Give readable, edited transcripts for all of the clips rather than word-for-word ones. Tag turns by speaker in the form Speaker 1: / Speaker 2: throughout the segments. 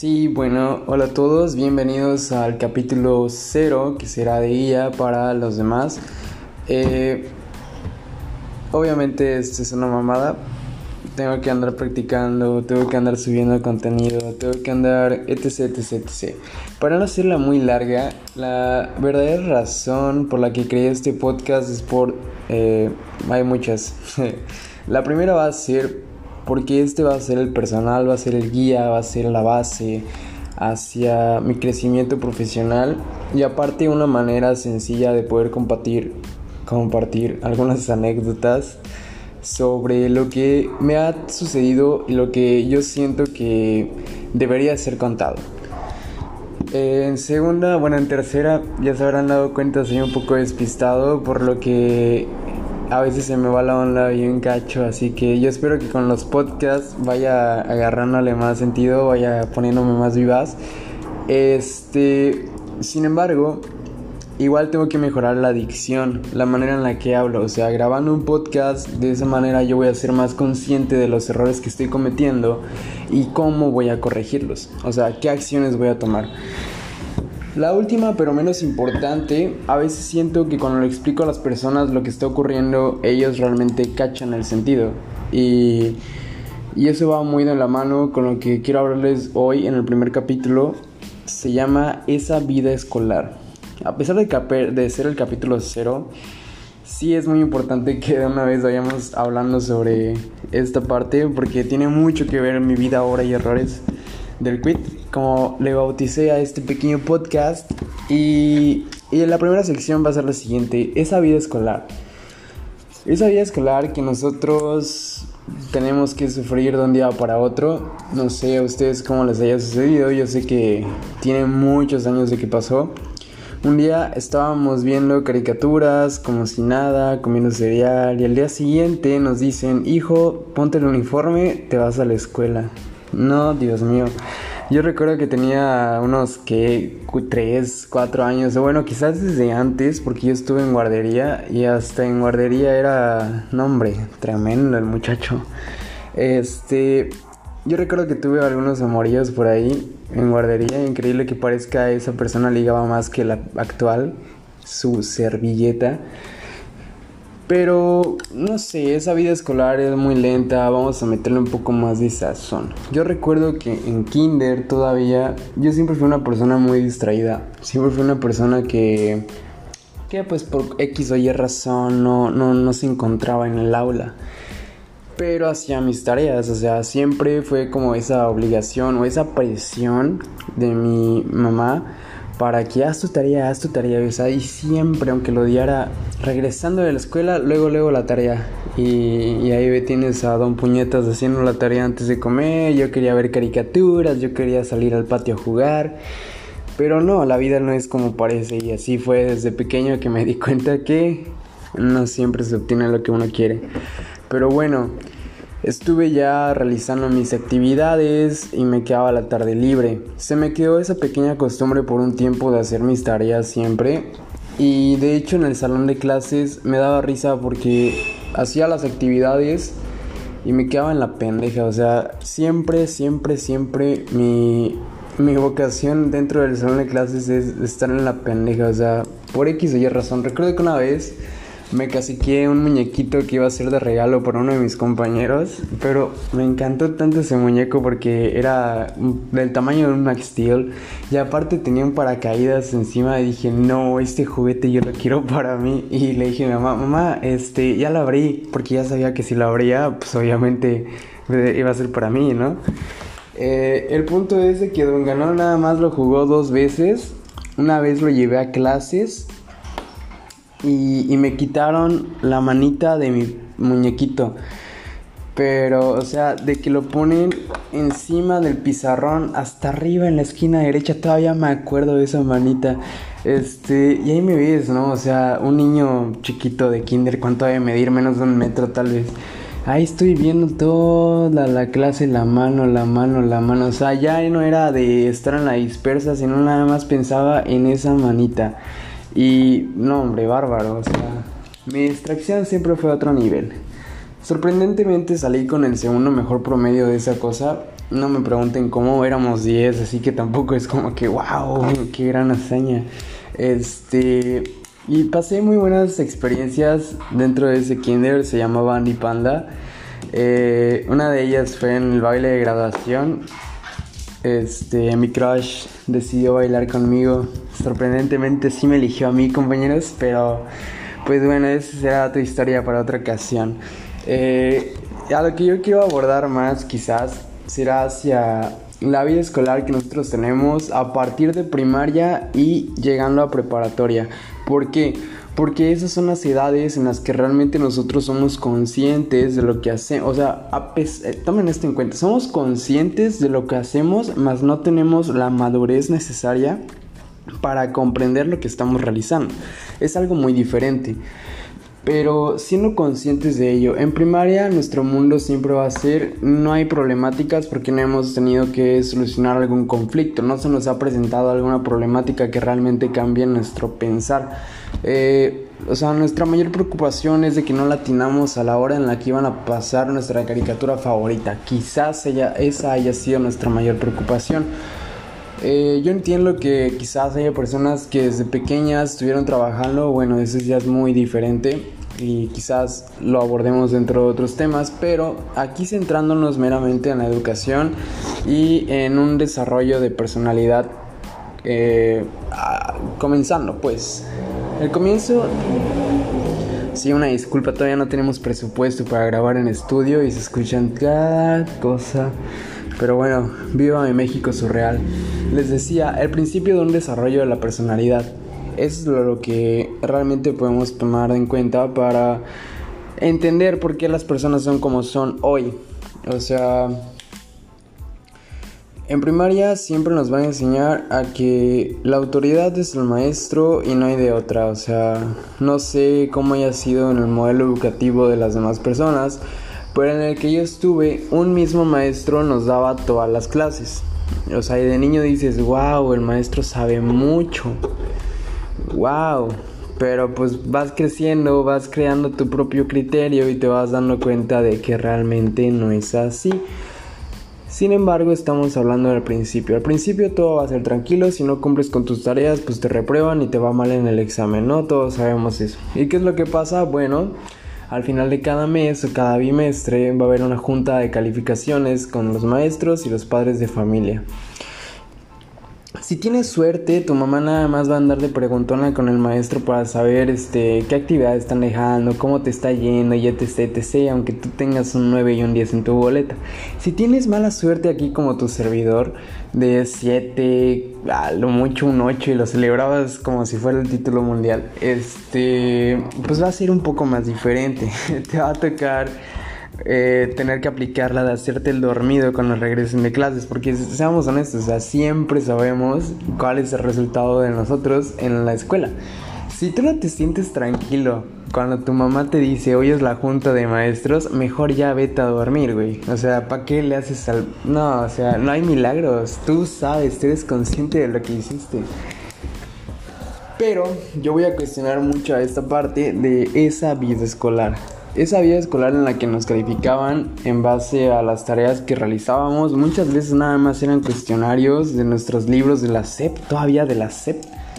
Speaker 1: Sí, bueno, hola a todos, bienvenidos al capítulo 0 que será de guía para los demás. Eh, Obviamente esto es una mamada, tengo que andar practicando, tengo que andar subiendo contenido, tengo que andar etc. Para no hacerla muy larga, la verdadera razón por la que creé este podcast es hay muchas. La primera va a ser porque este va a ser el personal, va a ser el guía, va a ser la base hacia mi crecimiento profesional y aparte una manera sencilla de poder compartir algunas anécdotas sobre lo que me ha sucedido y lo que yo siento que debería ser contado. En tercera, ya se habrán dado cuenta, soy un poco despistado, por lo que a veces se me va la onda bien cacho, así que yo espero que con los podcasts vaya agarrándole más sentido, vaya poniéndome más vivaz. Sin embargo, igual tengo que mejorar la dicción, la manera en la que hablo. O sea, grabando un podcast, de esa manera yo voy a ser más consciente de los errores que estoy cometiendo y cómo voy a corregirlos. O sea, qué acciones voy a tomar. La última, pero menos importante, a veces siento que cuando le explico a las personas lo que está ocurriendo, ellos realmente cachan el sentido. Y eso va muy de la mano con lo que quiero hablarles hoy en el primer capítulo. Se llama Esa vida escolar. A pesar de ser el capítulo 0, sí es muy importante que de una vez vayamos hablando sobre esta parte, porque tiene mucho que ver en mi vida, ahora y errores del quit, como le bauticé a este pequeño podcast. Y en la primera sección va a ser la siguiente: esa vida escolar. Esa vida escolar que nosotros tenemos que sufrir de un día para otro. No sé a ustedes cómo les haya sucedido, yo sé que tiene muchos años de que pasó. Un día estábamos viendo caricaturas como si nada, comiendo cereal, y al día siguiente nos dicen: hijo, ponte el uniforme, te vas a la escuela. No, Dios mío. Yo recuerdo que tenía unos 3, 4 años, o bueno, quizás desde antes, porque yo estuve en guardería y hasta en guardería era, no hombre, tremendo el muchacho. Yo recuerdo que tuve algunos amoríos por ahí en guardería. Increíble que parezca, esa persona ligaba más que la actual, su servilleta. Pero no sé, esa vida escolar es muy lenta, vamos a meterle un poco más de sazón. Yo recuerdo que en kinder todavía, yo siempre fui una persona muy distraída. Siempre fui una persona que pues por X o Y razón no se encontraba en el aula, pero hacía mis tareas. O sea, siempre fue como esa obligación o esa presión de mi mamá para que haz tu tarea, o sea, y siempre, aunque lo odiara, regresando de la escuela, luego la tarea, y ahí tienes a Don Puñetas haciendo la tarea antes de comer. Yo quería ver caricaturas, yo quería salir al patio a jugar, pero no, la vida no es como parece, y así fue desde pequeño que me di cuenta que no siempre se obtiene lo que uno quiere. Pero bueno, estuve ya realizando mis actividades y me quedaba la tarde libre. Se me quedó esa pequeña costumbre por un tiempo de hacer mis tareas siempre. Y de hecho en el salón de clases me daba risa porque hacía las actividades y me quedaba en la pendeja. O sea, siempre mi vocación dentro del salón de clases es estar en la pendeja. O sea, por X o Y razón. Recuerdo que una vez me caciqué un muñequito que iba a ser de regalo para uno de mis compañeros, pero me encantó tanto ese muñeco porque era del tamaño de un Max Steel y aparte tenía un paracaídas encima, y dije: no, este juguete yo lo quiero para mí. Y le dije a mi mamá, ya lo abrí, porque ya sabía que si lo abría, pues obviamente iba a ser para mí, ¿no? El punto es de que Don Ganón nada más lo jugó 2 veces. Una vez lo llevé a clases y me quitaron la manita de mi muñequito. Pero, o sea, de que lo ponen encima del pizarrón, hasta arriba en la esquina derecha, todavía me acuerdo de esa manita. Y ahí me ves, ¿no? O sea, un niño chiquito de kinder, ¿cuánto debe medir? Menos de 1 metro tal vez. Ahí estoy viendo toda la clase, la mano. O sea, ya no era de estar en la dispersa, sino nada más pensaba en esa manita. Y no, hombre, bárbaro. O sea, mi distracción siempre fue a otro nivel. Sorprendentemente salí con el segundo mejor promedio de esa cosa. No me pregunten cómo, éramos 10, así que tampoco es como que wow, qué gran hazaña. Y pasé muy buenas experiencias dentro de ese kinder, se llamaba Andy Panda. Una de ellas fue en el baile de graduación. Mi crush decidió bailar conmigo. Sorprendentemente sí me eligió a mí, compañeros, pero pues bueno, esa será otra historia para otra ocasión. A lo que yo quiero abordar más quizás será hacia la vida escolar que nosotros tenemos a partir de primaria y llegando a preparatoria. ¿Por qué? Porque esas son las edades en las que realmente nosotros somos conscientes de lo que hacemos. O sea, tomen esto en cuenta. Somos conscientes de lo que hacemos, mas no tenemos la madurez necesaria para comprender lo que estamos realizando. Es algo muy diferente. Pero siendo conscientes de ello, en primaria nuestro mundo siempre va a ser, no hay problemáticas porque no hemos tenido que solucionar algún conflicto, no se nos ha presentado alguna problemática que realmente cambie nuestro pensar. Nuestra mayor preocupación es de que no latinamos a la hora en la que iban a pasar nuestra caricatura favorita. Quizás esa haya sido nuestra mayor preocupación. Yo entiendo que quizás haya personas que desde pequeñas estuvieron trabajando, bueno, eso ya es muy diferente y quizás lo abordemos dentro de otros temas, pero aquí centrándonos meramente en la educación y en un desarrollo de personalidad, comenzando pues, el comienzo. Sí, una disculpa, todavía no tenemos presupuesto para grabar en estudio y se escuchan cada cosa. Pero bueno, viva mi México surreal. Les decía, el principio de un desarrollo de la personalidad. Eso es lo que realmente podemos tomar en cuenta para entender por qué las personas son como son hoy. O sea, en primaria siempre nos van a enseñar a que la autoridad es el maestro y no hay de otra. O sea, no sé cómo haya sido en el modelo educativo de las demás personas, pero en el que yo estuve, un mismo maestro nos daba todas las clases. O sea, y de niño dices, wow, el maestro sabe mucho. Wow. Pero pues vas creciendo, vas creando tu propio criterio y te vas dando cuenta de que realmente no es así. Sin embargo, estamos hablando del principio. Al principio todo va a ser tranquilo, si no cumples con tus tareas, pues te reprueban y te va mal en el examen, ¿no? Todos sabemos eso. ¿Y qué es lo que pasa? Bueno, al final de cada mes o cada bimestre va a haber una junta de calificaciones con los maestros y los padres de familia. Si tienes suerte, tu mamá nada más va a andar de preguntona con el maestro para saber qué actividades están dejando, cómo te está yendo y etc, aunque tú tengas un 9 y un 10 en tu boleta. Si tienes mala suerte aquí como tu servidor, de 7, a lo mucho un 8 y lo celebrabas como si fuera el título mundial, pues va a ser un poco más diferente. Te va a tocar tener que aplicarla de hacerte el dormido cuando regresen de clases, porque seamos honestos, o sea, siempre sabemos cuál es el resultado de nosotros en la escuela. Si tú no te sientes tranquilo cuando tu mamá te dice hoy es la junta de maestros, mejor ya vete a dormir, güey. O sea, ¿para qué le haces al...? No, o sea, no hay milagros. Tú sabes, tú eres consciente de lo que hiciste. Pero yo voy a cuestionar mucho a esta parte de esa vida escolar. Esa vida escolar en la que nos calificaban en base a las tareas que realizábamos. Muchas veces nada más eran cuestionarios de nuestros libros de la SEP, todavía de la SEP.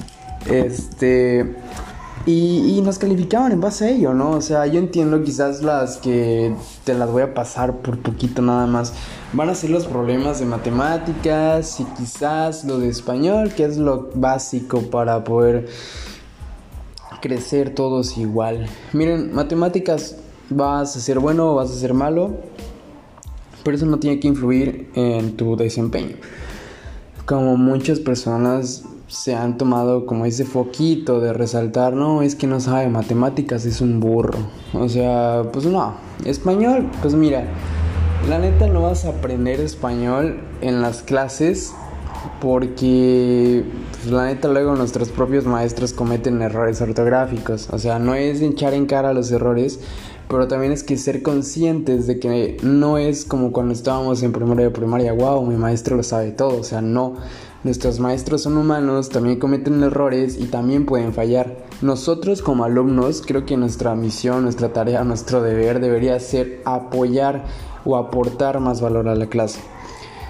Speaker 1: Y nos calificaban en base a ello, ¿no? O sea, yo entiendo quizás las que te las voy a pasar por poquito nada más. Van a ser los problemas de matemáticas y quizás lo de español, que es lo básico para poder crecer todos igual. Miren, matemáticas, vas a ser bueno o vas a ser malo, pero eso no tiene que influir en tu desempeño. Como muchas personas se han tomado como ese foquito de resaltar, no, es que no sabe matemáticas, es un burro. O sea, pues no. Español, pues mira, la neta no vas a aprender español en las clases, porque pues, la neta luego nuestros propios maestros cometen errores ortográficos. O sea, no es echar en cara los errores, pero también es que ser conscientes de que no es como cuando estábamos en primero de primaria, wow, mi maestro lo sabe todo. O sea, no, nuestros maestros son humanos, también cometen errores y también pueden fallar. Nosotros como alumnos, creo que nuestra misión, nuestra tarea, nuestro deber debería ser apoyar o aportar más valor a la clase.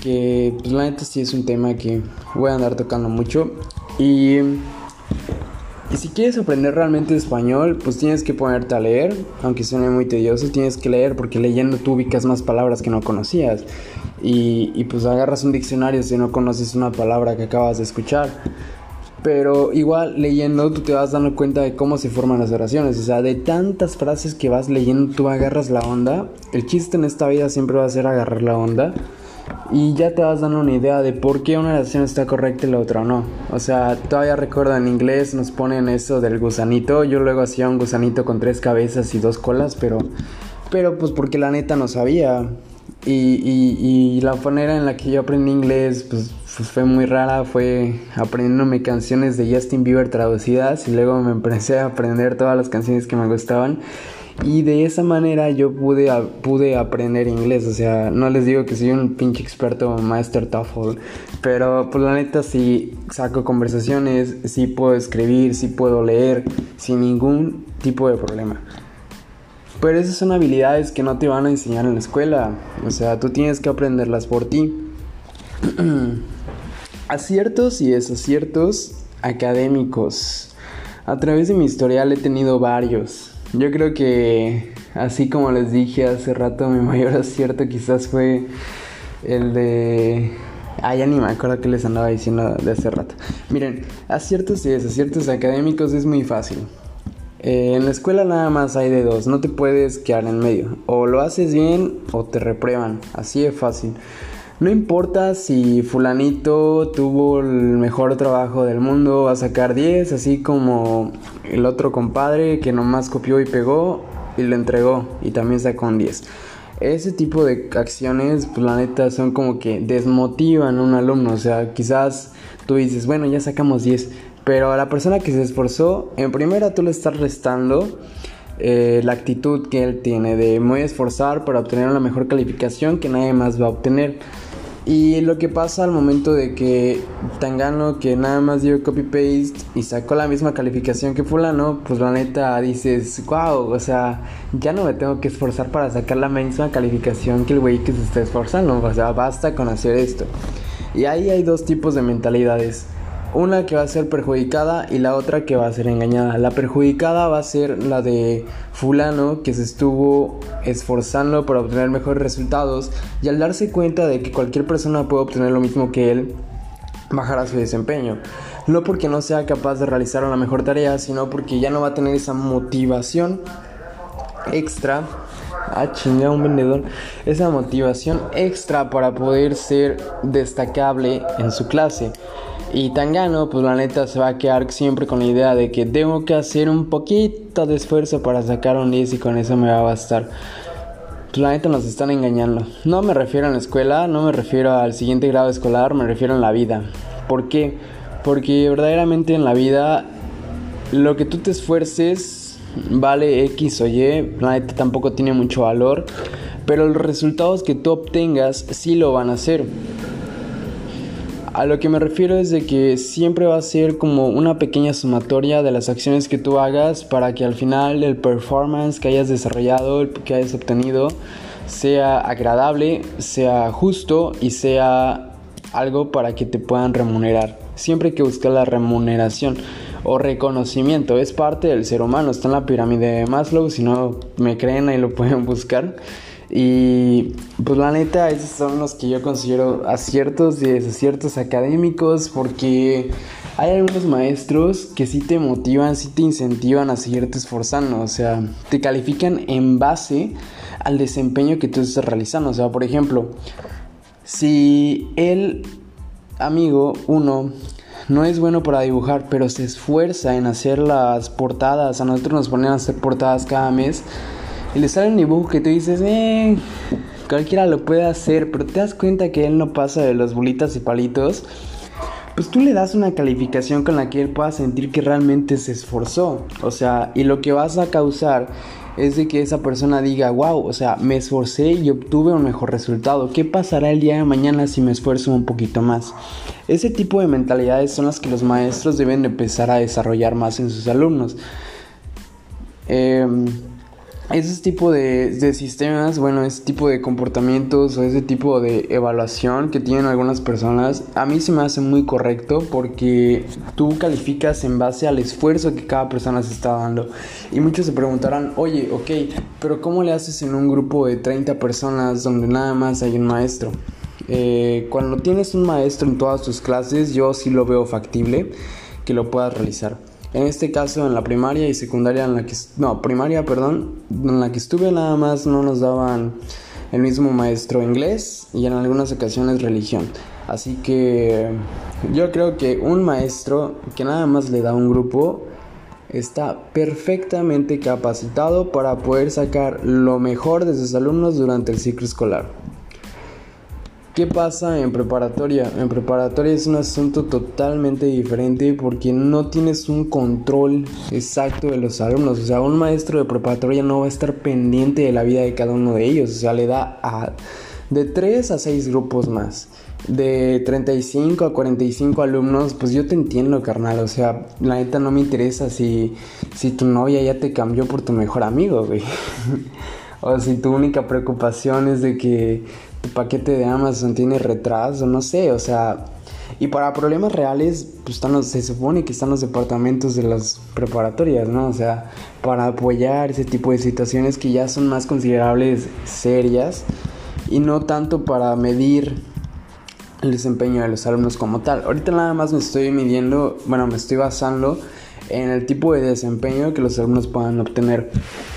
Speaker 1: porque pues la neta sí es un tema que voy a andar tocando mucho. Y si quieres aprender realmente español, pues tienes que ponerte a leer, aunque suene muy tedioso, tienes que leer porque leyendo tú ubicas más palabras que no conocías. Y pues agarras un diccionario si no conoces una palabra que acabas de escuchar. Pero igual leyendo tú te vas dando cuenta de cómo se forman las oraciones. O sea, de tantas frases que vas leyendo tú agarras la onda. El chiste en esta vida siempre va a ser agarrar la onda. Y ya te vas dando una idea de por qué una oración está correcta y la otra no. O sea, todavía recuerdo en inglés nos ponen eso del gusanito. Yo luego hacía un gusanito con 3 cabezas y 2 colas, pero pues porque la neta no sabía. Y la manera en la que yo aprendí inglés pues fue muy rara. Fue aprendiéndome canciones de Justin Bieber traducidas. Y luego me empecé a aprender todas las canciones que me gustaban. Y de esa manera yo pude aprender inglés. O sea, no les digo que soy un pinche experto Master TOEFL, pero pues la neta sí saco conversaciones, sí puedo escribir, sí puedo leer sin ningún tipo de problema. Pero esas son habilidades que no te van a enseñar en la escuela. O sea, tú tienes que aprenderlas por ti. Aciertos y desaciertos académicos. A través de mi historial he tenido varios. Yo creo que, así como les dije hace rato, mi mayor acierto quizás fue el de... ya ni me acuerdo qué les andaba diciendo de hace rato. Miren, aciertos y desaciertos académicos es muy fácil. En la escuela nada más hay de dos, no te puedes quedar en medio. O lo haces bien o te reprueban, así de fácil. No importa si fulanito tuvo el mejor trabajo del mundo, va a sacar 10, así como el otro compadre que nomás copió y pegó y lo entregó y también sacó un 10. Ese tipo de acciones, pues la neta son como que desmotivan a un alumno. O sea, quizás tú dices, bueno, ya sacamos 10, pero a la persona que se esforzó, en primera tú le estás restando la actitud que él tiene de me voy a esforzar para obtener una mejor calificación que nadie más va a obtener. Y lo que pasa al momento de que Tangano, que nada más dio copy-paste y sacó la misma calificación que fulano, pues la neta dices, wow, o sea, ya no me tengo que esforzar para sacar la misma calificación que el güey que se está esforzando. O sea, basta con hacer esto. Y ahí hay dos tipos de mentalidades. Una que va a ser perjudicada y la otra que va a ser engañada. La perjudicada va a ser la de fulano que se estuvo esforzando para obtener mejores resultados y al darse cuenta de que cualquier persona puede obtener lo mismo que él, bajará su desempeño. No porque no sea capaz de realizar una mejor tarea, sino porque ya no va a tener esa motivación extra. Chinga, un vendedor. Esa motivación extra para poder ser destacable en su clase. Y Tangano, pues la neta se va a quedar siempre con la idea de que tengo que hacer un poquito de esfuerzo para sacar un 10 y con eso me va a bastar. Pues la neta nos están engañando. No me refiero a la escuela, no me refiero al siguiente grado escolar, me refiero a la vida. ¿Por qué? Porque verdaderamente en la vida lo que tú te esfuerces vale X o Y, la neta tampoco tiene mucho valor, pero los resultados que tú obtengas sí lo van a hacer. A lo que me refiero es de que siempre va a ser como una pequeña sumatoria de las acciones que tú hagas para que al final el performance que hayas desarrollado, el que hayas obtenido, sea agradable, sea justo y sea algo para que te puedan remunerar. Siempre hay que buscar la remuneración o reconocimiento, es parte del ser humano, está en la pirámide de Maslow, si no me creen ahí lo pueden buscar. Y pues la neta esos son los que yo considero aciertos y desaciertos académicos, porque hay algunos maestros que sí te motivan, sí te incentivan a seguirte esforzando. O sea, te califican en base al desempeño que tú estás realizando. O sea, por ejemplo, si el amigo uno no es bueno para dibujar, pero se esfuerza en hacer las portadas, a nosotros nos ponen a hacer portadas cada mes y le sale un dibujo que tú dices, cualquiera lo puede hacer, pero te das cuenta que él no pasa de las bolitas y palitos, pues tú le das una calificación con la que él pueda sentir que realmente se esforzó. O sea, y lo que vas a causar es de que esa persona diga, wow, o sea, me esforcé y obtuve un mejor resultado. ¿Qué pasará el día de mañana si me esfuerzo un poquito más? Ese tipo de mentalidades son las que los maestros deben empezar a desarrollar más en sus alumnos. ese tipo de sistemas, bueno, ese tipo de comportamientos o ese tipo de evaluación que tienen algunas personas, a mí se me hace muy correcto porque tú calificas en base al esfuerzo que cada persona se está dando. Y muchos se preguntarán, oye, ok, pero ¿cómo le haces en un grupo de 30 personas donde nada más hay un maestro? Cuando tienes un maestro en todas tus clases, yo sí lo veo factible que lo puedas realizar. En este caso, en la primaria y secundaria en la que estuve, nada más no nos daban el mismo maestro inglés y en algunas ocasiones religión. Así que yo creo que un maestro que nada más le da un grupo está perfectamente capacitado para poder sacar lo mejor de sus alumnos durante el ciclo escolar. ¿Qué pasa en preparatoria? En preparatoria es un asunto totalmente diferente porque no tienes un control exacto de los alumnos. O sea, un maestro de preparatoria no va a estar pendiente de la vida de cada uno de ellos. O sea, le da de 3 a 6 grupos más. De 35 a 45 alumnos, pues yo te entiendo, carnal. O sea, la neta no me interesa si tu novia ya te cambió por tu mejor amigo, güey. O si tu única preocupación es de que tu paquete de Amazon tiene retraso, no sé, o sea. Y para problemas reales, pues se supone que están los departamentos de las preparatorias, ¿no? O sea, para apoyar ese tipo de situaciones que ya son más considerables serias y no tanto para medir el desempeño de los alumnos como tal. Ahorita nada más me estoy basando en el tipo de desempeño que los alumnos puedan obtener.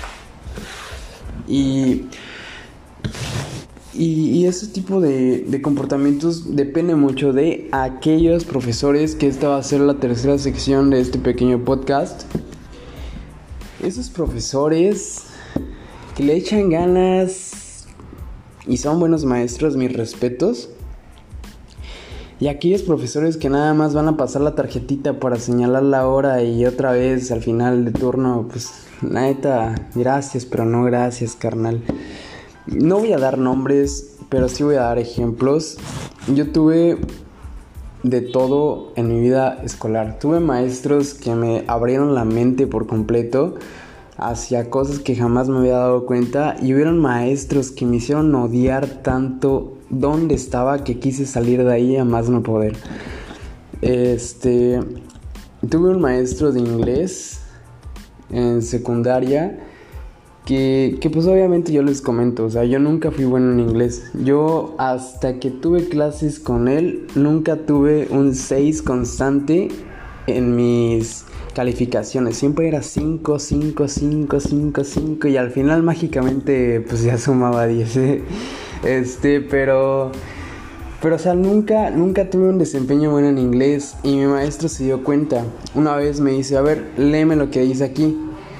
Speaker 1: Y ese tipo de comportamientos depende mucho de aquellos profesores, que esta va a ser la tercera sección de este pequeño podcast. Esos profesores que le echan ganas y son buenos maestros, mis respetos. Y aquellos profesores que nada más van a pasar la tarjetita para señalar la hora y otra vez al final de turno, pues la neta, gracias, pero no gracias, carnal. No voy a dar nombres, pero sí voy a dar ejemplos. Yo tuve de todo en mi vida escolar. Tuve maestros que me abrieron la mente por completo hacia cosas que jamás me había dado cuenta, y hubieron maestros que me hicieron odiar tanto donde estaba que quise salir de ahí a más no poder. Tuve un maestro de inglés en secundaria que pues obviamente yo les comento, o sea, yo nunca fui bueno en inglés. Yo hasta que tuve clases con él nunca tuve un 6 constante en mis calificaciones. Siempre era 5, 5, 5, 5, 5 y al final mágicamente pues ya sumaba 10. Pero o sea, nunca tuve un desempeño bueno en inglés, y mi maestro se dio cuenta. Una vez me dice, a ver, léeme lo que dice aquí.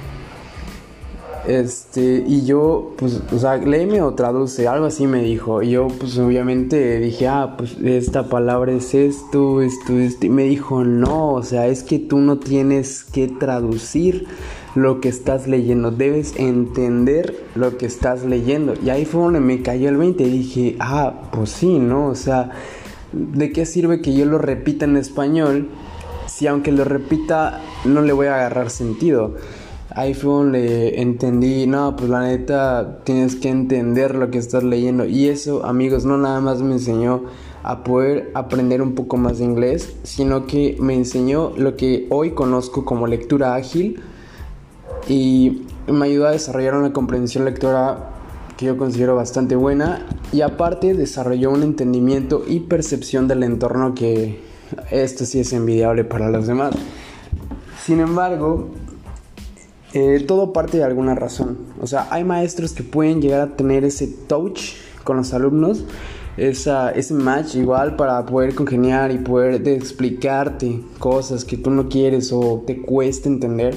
Speaker 1: Y yo, pues, o sea, léeme o traduce, algo así me dijo. Y yo, pues, obviamente dije, pues, esta palabra es esto. Y me dijo, no, o sea, es que tú no tienes que traducir lo que estás leyendo, debes entender lo que estás leyendo. Y ahí fue donde me cayó el 20 y dije, pues sí, ¿no? O sea, ¿de qué sirve que yo lo repita en español si aunque lo repita no le voy a agarrar sentido? Ahí fue donde entendí, no, pues la neta tienes que entender lo que estás leyendo. Y eso, amigos, no nada más me enseñó a poder aprender un poco más de inglés, sino que me enseñó lo que hoy conozco como lectura ágil, y me ayudó a desarrollar una comprensión lectora que yo considero bastante buena, y aparte desarrolló un entendimiento y percepción del entorno que esto sí es envidiable para los demás. Sin embargo, todo parte de alguna razón. O sea, hay maestros que pueden llegar a tener ese touch con los alumnos, ese match igual para poder congeniar y poder explicarte cosas que tú no quieres o te cuesta entender.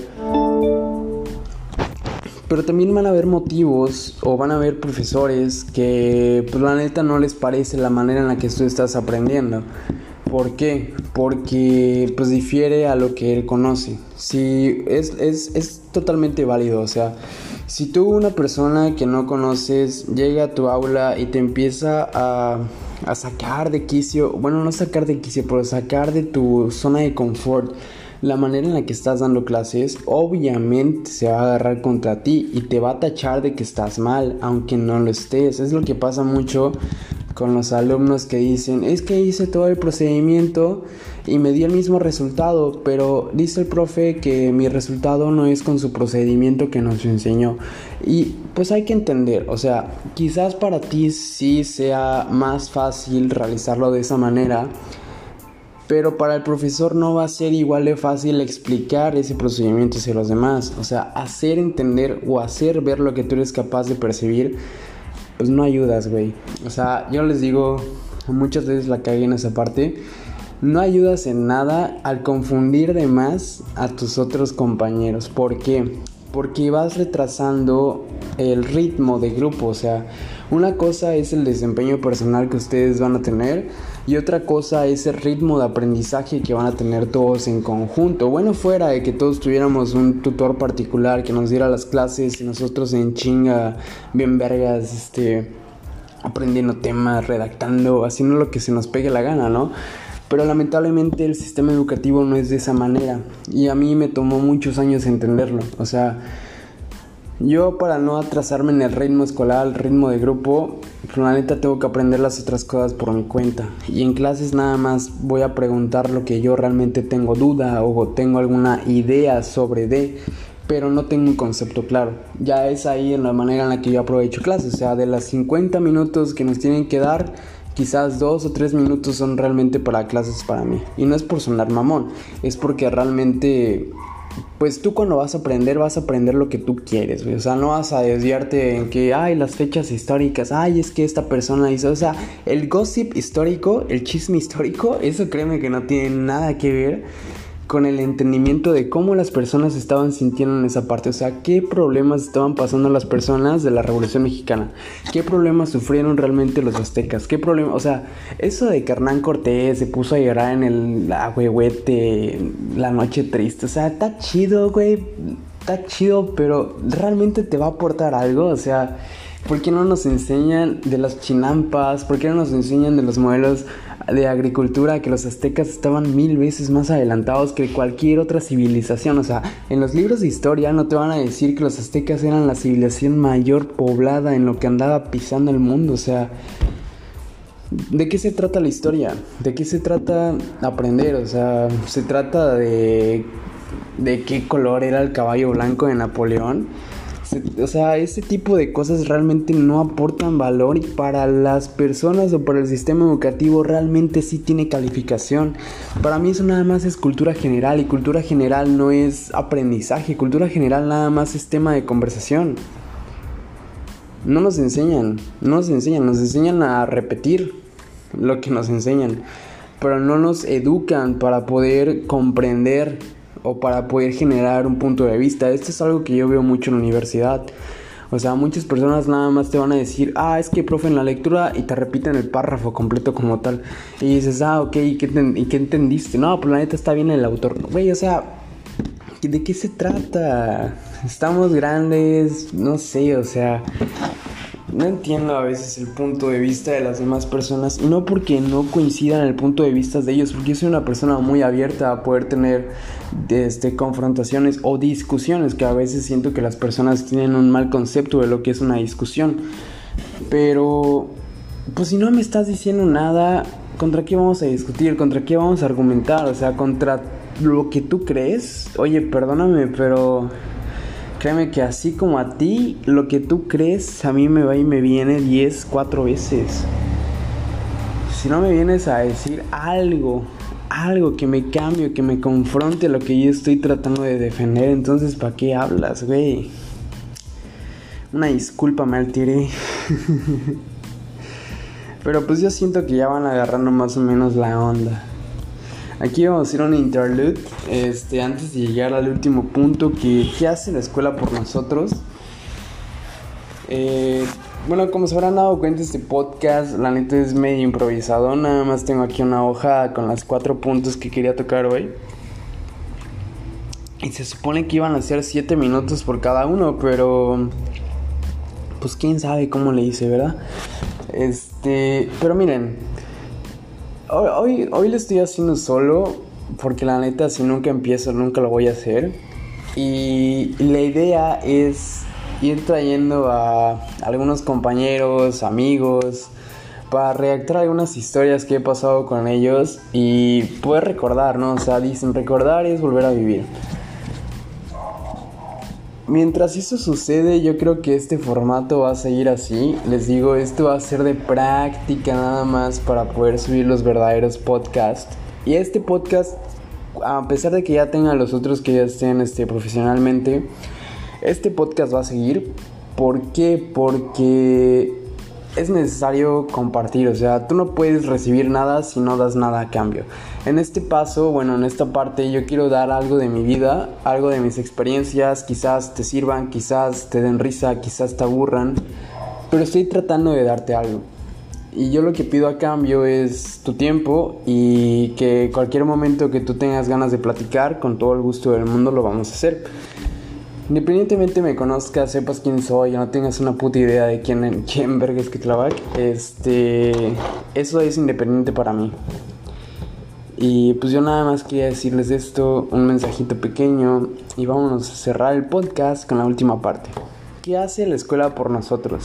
Speaker 1: Pero también van a haber motivos o van a haber profesores que pues la neta no les parece la manera en la que tú estás aprendiendo. ¿Por qué? Porque pues difiere a lo que él conoce. Sí, es totalmente válido. O sea, si tú, una persona que no conoces, llega a tu aula y te empieza a sacar de quicio, bueno, no sacar de quicio, pero sacar de tu zona de confort la manera en la que estás dando clases obviamente se va a agarrar contra ti y te va a tachar de que estás mal, aunque no lo estés. Es lo que pasa mucho con los alumnos que dicen, es que hice todo el procedimiento y me di el mismo resultado, pero dice el profe que mi resultado no es con su procedimiento que nos enseñó. Y pues hay que entender, o sea, quizás para ti sí sea más fácil realizarlo de esa manera, pero para el profesor no va a ser igual de fácil explicar ese procedimiento hacia los demás. O sea, hacer entender o hacer ver lo que tú eres capaz de percibir, pues no ayudas, güey. O sea, yo les digo, muchas veces la cagué en esa parte. No ayudas en nada al confundir de más a tus otros compañeros. ¿Por qué? Porque vas retrasando el ritmo de grupo. O sea, una cosa es el desempeño personal que ustedes van a tener y otra cosa es el ritmo de aprendizaje que van a tener todos en conjunto. Bueno, fuera de que todos tuviéramos un tutor particular que nos diera las clases y nosotros en chinga, bien vergas, aprendiendo temas, redactando, haciendo lo que se nos pegue la gana, ¿no? Pero lamentablemente el sistema educativo no es de esa manera y a mí me tomó muchos años entenderlo. O sea, yo para no atrasarme en el ritmo escolar, el ritmo de grupo, la neta tengo que aprender las otras cosas por mi cuenta. Y en clases nada más voy a preguntar lo que yo realmente tengo duda o tengo alguna idea sobre pero no tengo un concepto claro. Ya es ahí en la manera en la que yo aprovecho clases. O sea, de las 50 minutos que nos tienen que dar, quizás 2 o 3 minutos son realmente para clases para mí. Y no es por sonar mamón, es porque realmente, pues tú cuando vas a aprender lo que tú quieres, güey. O sea, no vas a desviarte en que, las fechas históricas, es que esta persona hizo, o sea, el gossip histórico, el chisme histórico, eso créeme que no tiene nada que ver con el entendimiento de cómo las personas estaban sintiendo en esa parte. O sea, qué problemas estaban pasando las personas de la Revolución Mexicana, qué problemas sufrieron realmente los aztecas, qué problemas, o sea, eso de que Hernán Cortés se puso a llorar en el Ahuehuete, la noche triste, o sea, está chido, güey, está chido, pero ¿realmente te va a aportar algo? O sea, ¿por qué no nos enseñan de las chinampas? ¿Por qué no nos enseñan de los modelos de agricultura que los aztecas estaban 1000 veces más adelantados que cualquier otra civilización? O sea, en los libros de historia no te van a decir que los aztecas eran la civilización mayor poblada en lo que andaba pisando el mundo. O sea, ¿de qué se trata la historia? ¿De qué se trata aprender? O sea, se trata de qué color era el caballo blanco de Napoleón. O sea, ese tipo de cosas realmente no aportan valor y para las personas o para el sistema educativo realmente sí tiene calificación. Para mí eso nada más es cultura general y cultura general no es aprendizaje. Cultura general nada más es tema de conversación. Nos enseñan a repetir lo que nos enseñan, pero no nos educan para poder comprender o para poder generar un punto de vista. Esto es algo que yo veo mucho en la universidad. O sea, muchas personas nada más te van a decir, es que profe en la lectura, y te repiten el párrafo completo como tal. Y dices, ok, ¿y qué entendiste? No, pues la neta está bien el autor. Güey, o sea, ¿de qué se trata? Estamos grandes, no sé, o sea, no entiendo a veces el punto de vista de las demás personas. Y no porque no coincidan en el punto de vista de ellos, porque yo soy una persona muy abierta a poder tener confrontaciones o discusiones, que a veces siento que las personas tienen un mal concepto de lo que es una discusión. Pero, pues si no me estás diciendo nada, ¿contra qué vamos a discutir? ¿Contra qué vamos a argumentar? O sea, contra lo que tú crees. Oye, perdóname, pero créeme que así como a ti, lo que tú crees, a mí me va y me viene 4 veces. Si no me vienes a decir algo que me cambie, que me confronte lo que yo estoy tratando de defender, entonces ¿para qué hablas, güey? Una disculpa, me alteré. Pero pues yo siento que ya van agarrando más o menos la onda. Aquí vamos a hacer un interlude, antes de llegar al último punto ¿qué hace la escuela por nosotros? Bueno, como se habrán dado cuenta, este podcast, la neta es medio improvisado. Nada más tengo aquí una hoja con las 4 puntos que quería tocar hoy. Y se supone que iban a ser 7 minutos por cada uno, pero pues quién sabe cómo le hice, ¿verdad? Pero miren, hoy lo estoy haciendo solo porque la neta si nunca empiezo nunca lo voy a hacer. Y la idea es ir trayendo a algunos compañeros, amigos, para redactar algunas historias que he pasado con ellos y poder recordar, ¿no? O sea, dicen recordar es volver a vivir. Mientras eso sucede, yo creo que este formato va a seguir así. Les digo, esto va a ser de práctica nada más para poder subir los verdaderos podcasts. Y este podcast, a pesar de que ya tengan los otros que ya estén profesionalmente, este podcast va a seguir. ¿Por qué? Porque es necesario compartir, o sea, tú no puedes recibir nada si no das nada a cambio. En este paso, en esta parte yo quiero dar algo de mi vida, algo de mis experiencias, quizás te sirvan, quizás te den risa, quizás te aburran, pero estoy tratando de darte algo. Y yo lo que pido a cambio es tu tiempo y que cualquier momento que tú tengas ganas de platicar, con todo el gusto del mundo lo vamos a hacer. Independientemente me conozcas, sepas quién soy, no tengas una puta idea de quién verga es Kitlavac, eso es independiente para mí. Y pues yo nada más quería decirles esto, un mensajito pequeño, y vámonos a cerrar el podcast con la última parte. ¿Qué hace la escuela por nosotros?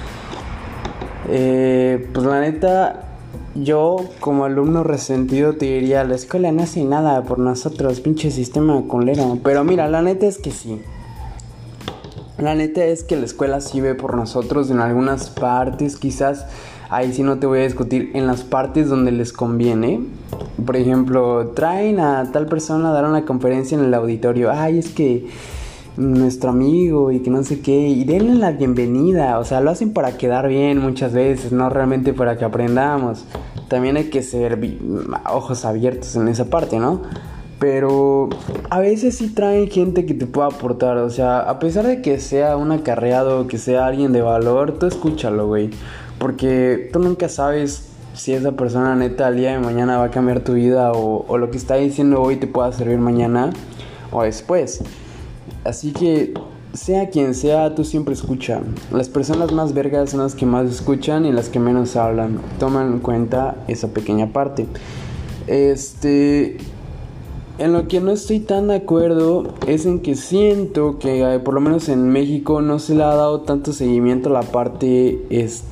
Speaker 1: Pues la neta, yo como alumno resentido te diría, la escuela no hace nada por nosotros, pinche sistema culero. Pero mira, la neta es que sí. La neta es que la escuela sí ve por nosotros en algunas partes, quizás ahí sí no te voy a discutir, en las partes donde les conviene. Por ejemplo, traen a tal persona a dar una conferencia en el auditorio. Ay, es que nuestro amigo y que no sé qué, y denle la bienvenida. O sea, lo hacen para quedar bien muchas veces, no realmente para que aprendamos. También hay que ser ojos abiertos en esa parte, ¿no? Pero a veces sí traen gente que te pueda aportar. O sea, a pesar de que sea un acarreado, que sea alguien de valor, tú escúchalo, güey. Porque tú nunca sabes si esa persona neta al día de mañana va a cambiar tu vida, o lo que está diciendo hoy te pueda servir mañana o después. Así que sea quien sea, tú siempre escucha. Las personas más vergas son las que más escuchan y las que menos hablan. Toma en cuenta esa pequeña parte. En lo que no estoy tan de acuerdo es en que siento que por lo menos en México no se le ha dado tanto seguimiento a la parte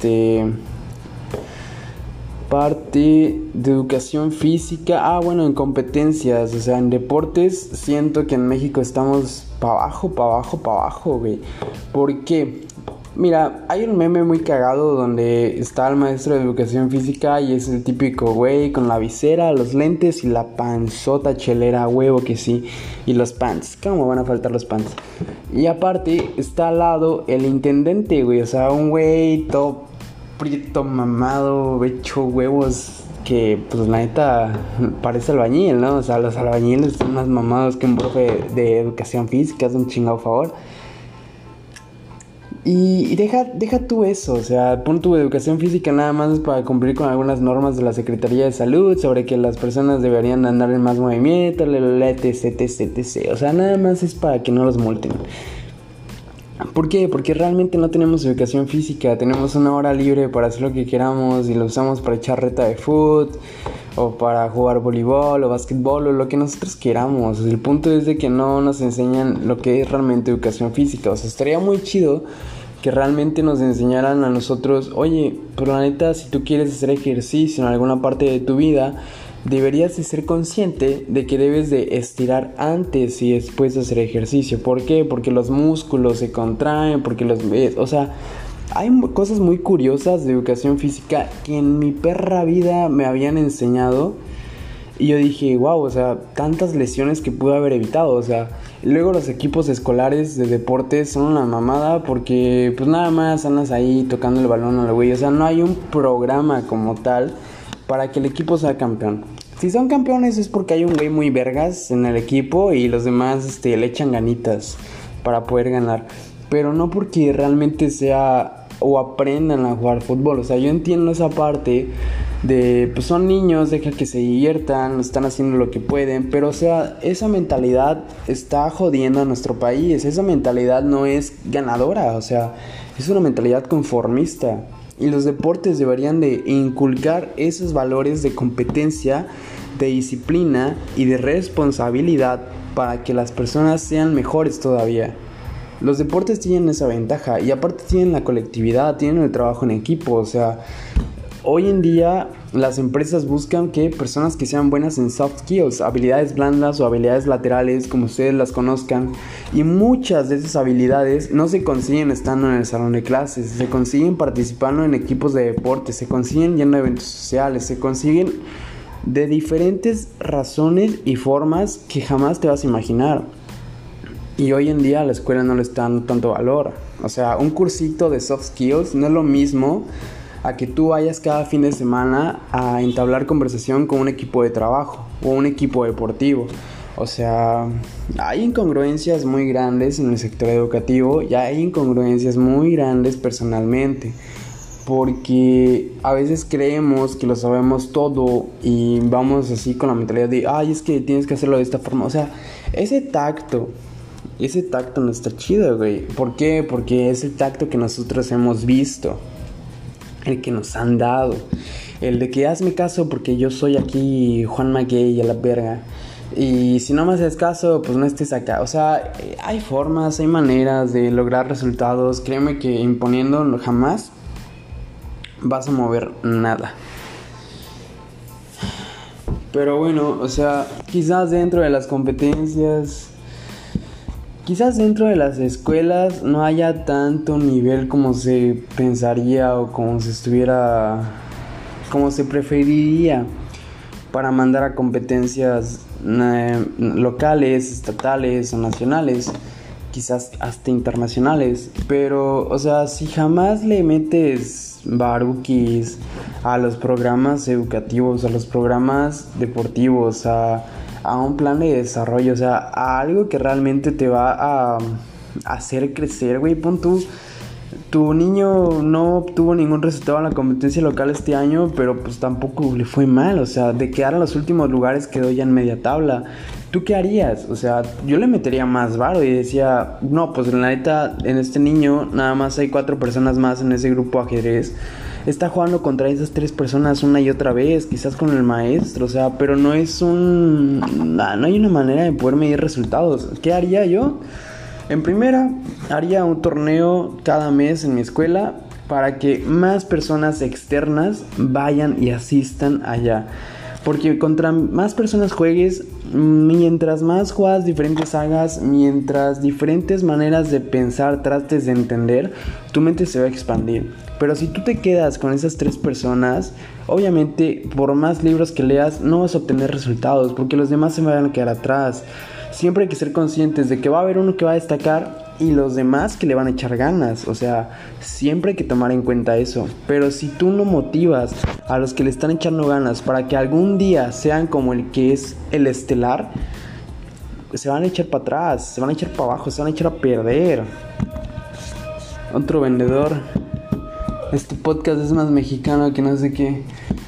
Speaker 1: de educación física. En competencias, o sea, en deportes siento que en México estamos pa' abajo, güey. ¿Por qué? Mira, hay un meme muy cagado donde está el maestro de educación física y es el típico güey con la visera, los lentes y la panzota chelera, huevo que sí, y los pants. ¿Cómo van a faltar los pants? Y aparte está al lado el intendente, güey, o sea, un güey todo prieto, mamado, hecho huevos, que pues la neta parece albañil, ¿no? O sea, los albañiles son más mamados que un profe de educación física, es un chingado favor. Y deja tú eso, o sea, pon tu educación física nada más para cumplir con algunas normas de la Secretaría de Salud sobre que las personas deberían andar en más movimiento, etc. O sea, nada más es para que no los multen. ¿Por qué? Porque realmente no tenemos educación física, tenemos una hora libre para hacer lo que queramos y lo usamos para echar reta de fútbol o para jugar voleibol o básquetbol o lo que nosotros queramos. O sea, el punto es de que no nos enseñan lo que es realmente educación física. O sea, estaría muy chido que realmente nos enseñaran a nosotros, oye, pero la neta, si tú quieres hacer ejercicio en alguna parte de tu vida, deberías de ser consciente de que debes de estirar antes y después de hacer ejercicio. ¿Por qué? Porque los músculos se contraen, o sea, hay cosas muy curiosas de educación física que en mi perra vida me habían enseñado. Y yo dije, wow, o sea, tantas lesiones que pude haber evitado, o sea. Luego los equipos escolares de deportes son una mamada porque pues nada más andas ahí tocando el balón a la güey. O sea, no hay un programa como tal para que el equipo sea campeón. Si son campeones es porque hay un güey muy vergas en el equipo y los demás le echan ganitas para poder ganar. Pero no porque realmente sea o aprendan a jugar fútbol. O sea, yo entiendo esa parte de pues son niños, deja que se diviertan, están haciendo lo que pueden, pero o sea, esa mentalidad está jodiendo a nuestro país. Esa mentalidad no es ganadora, o sea, es una mentalidad conformista. Y los deportes deberían de inculcar esos valores de competencia, de disciplina y de responsabilidad para que las personas sean mejores todavía. Los deportes tienen esa ventaja y aparte tienen la colectividad, tienen el trabajo en equipo. O sea, hoy en día las empresas buscan que personas que sean buenas en soft skills, habilidades blandas o habilidades laterales, como ustedes las conozcan, y muchas de esas habilidades no se consiguen estando en el salón de clases, se consiguen participando en equipos de deporte, se consiguen yendo a eventos sociales, se consiguen de diferentes razones y formas que jamás te vas a imaginar. Y hoy en día a la escuela no le está dando tanto valor. O sea, un cursito de soft skills no es lo mismo a que tú vayas cada fin de semana a entablar conversación con un equipo de trabajo o un equipo deportivo. O sea, hay incongruencias muy grandes en el sector educativo y hay incongruencias muy grandes personalmente, porque a veces creemos que lo sabemos todo y vamos así con la mentalidad de ay, es que tienes que hacerlo de esta forma. O sea, ese tacto no está chido, güey. ¿Por qué? Porque es el tacto que nosotros hemos visto, el que nos han dado, el de que hazme caso porque yo soy aquí Juan Maguey a la verga, y si no me haces caso pues no estés acá. O sea, hay formas, hay maneras de lograr resultados. Créeme que imponiendo jamás vas a mover nada. Pero bueno, o sea, quizás dentro de las competencias, quizás dentro de las escuelas no haya tanto nivel como se pensaría o como se preferiría para mandar a competencias locales, estatales o nacionales, quizás hasta internacionales. Pero, o sea, si jamás le metes baruquis a los programas educativos, a los programas deportivos, a un plan de desarrollo, o sea, a algo que realmente te va a hacer crecer, güey. Pon tu niño no obtuvo ningún resultado en la competencia local este año, pero pues tampoco le fue mal. O sea, de quedar en los últimos lugares quedó ya en media tabla. ¿Tú qué harías? O sea, yo le metería más varo y decía, no, pues en la neta, en este niño nada más hay 4 personas más en ese grupo ajedrez. Está jugando contra esas 3 personas una y otra vez, quizás con el maestro, o sea, pero no hay una manera de poder medir resultados. ¿Qué haría yo? En primera, haría un torneo cada mes en mi escuela para que más personas externas vayan y asistan allá. Porque contra más personas juegues, mientras más jugadas diferentes hagas, mientras diferentes maneras de pensar trates de entender, tu mente se va a expandir. Pero si tú te quedas con esas 3 personas, obviamente por más libros que leas no vas a obtener resultados, porque los demás se van a quedar atrás. Siempre hay que ser conscientes de que va a haber uno que va a destacar y los demás que le van a echar ganas. O sea, siempre hay que tomar en cuenta eso. Pero si tú no motivas a los que le están echando ganas para que algún día sean como el que es el estelar, se van a echar para atrás, se van a echar para abajo, se van a echar a perder. Otro vendedor. Este podcast es más mexicano que no sé qué.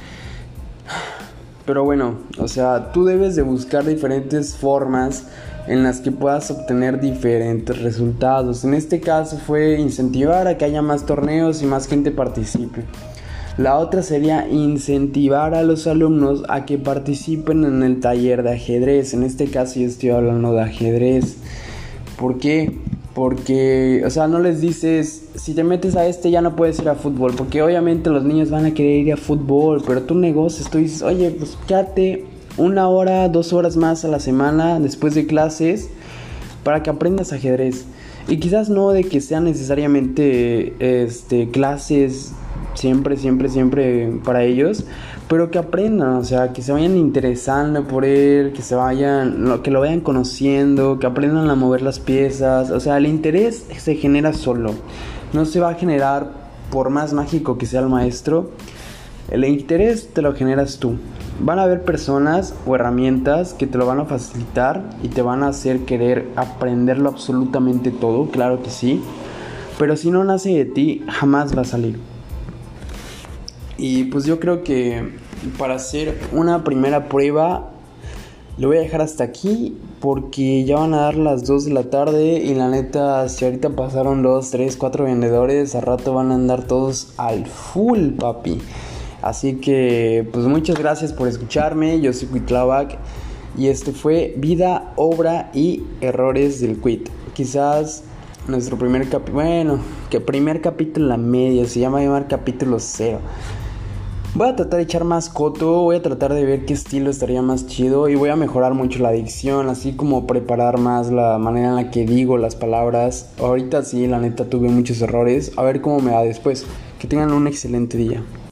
Speaker 1: Pero bueno, o sea, tú debes de buscar diferentes formas en las que puedas obtener diferentes resultados. En este caso fue incentivar a que haya más torneos y más gente participe. La otra sería incentivar a los alumnos a que participen en el taller de ajedrez. En este caso yo estoy hablando de ajedrez. ¿Por qué? Porque, o sea, no les dices, si te metes a ya no puedes ir a fútbol. Porque obviamente los niños van a querer ir a fútbol, pero tú negocias, tú dices, oye, pues quédate 1 hora, 2 horas más a la semana después de clases para que aprendas ajedrez. Y quizás no de que sean necesariamente clases siempre para ellos, pero que aprendan, o sea, que se vayan interesando por él, que lo vayan conociendo, que aprendan a mover las piezas. O sea, el interés se genera solo, no se va a generar por más mágico que sea el maestro. El interés te lo generas tú. Van a haber personas o herramientas que te lo van a facilitar y te van a hacer querer aprenderlo absolutamente todo, claro que sí, pero si no nace de ti, jamás va a salir. Y pues yo creo que para hacer una primera prueba lo voy a dejar hasta aquí, porque ya van a dar las 2 de la tarde y la neta, si ahorita pasaron 2, 3, 4 vendedores, a rato van a andar todos al full, papi. Así que pues muchas gracias por escucharme. Yo soy Cuitláhuac y este fue Vida, Obra y Errores del Cuit. Quizás nuestro primer capítulo en la media, se llama llamar capítulo 0. Voy a tratar de echar más coto, voy a tratar de ver qué estilo estaría más chido y voy a mejorar mucho la dicción, así como preparar más la manera en la que digo las palabras. Ahorita sí, la neta tuve muchos errores, a ver cómo me va después. Que tengan un excelente día.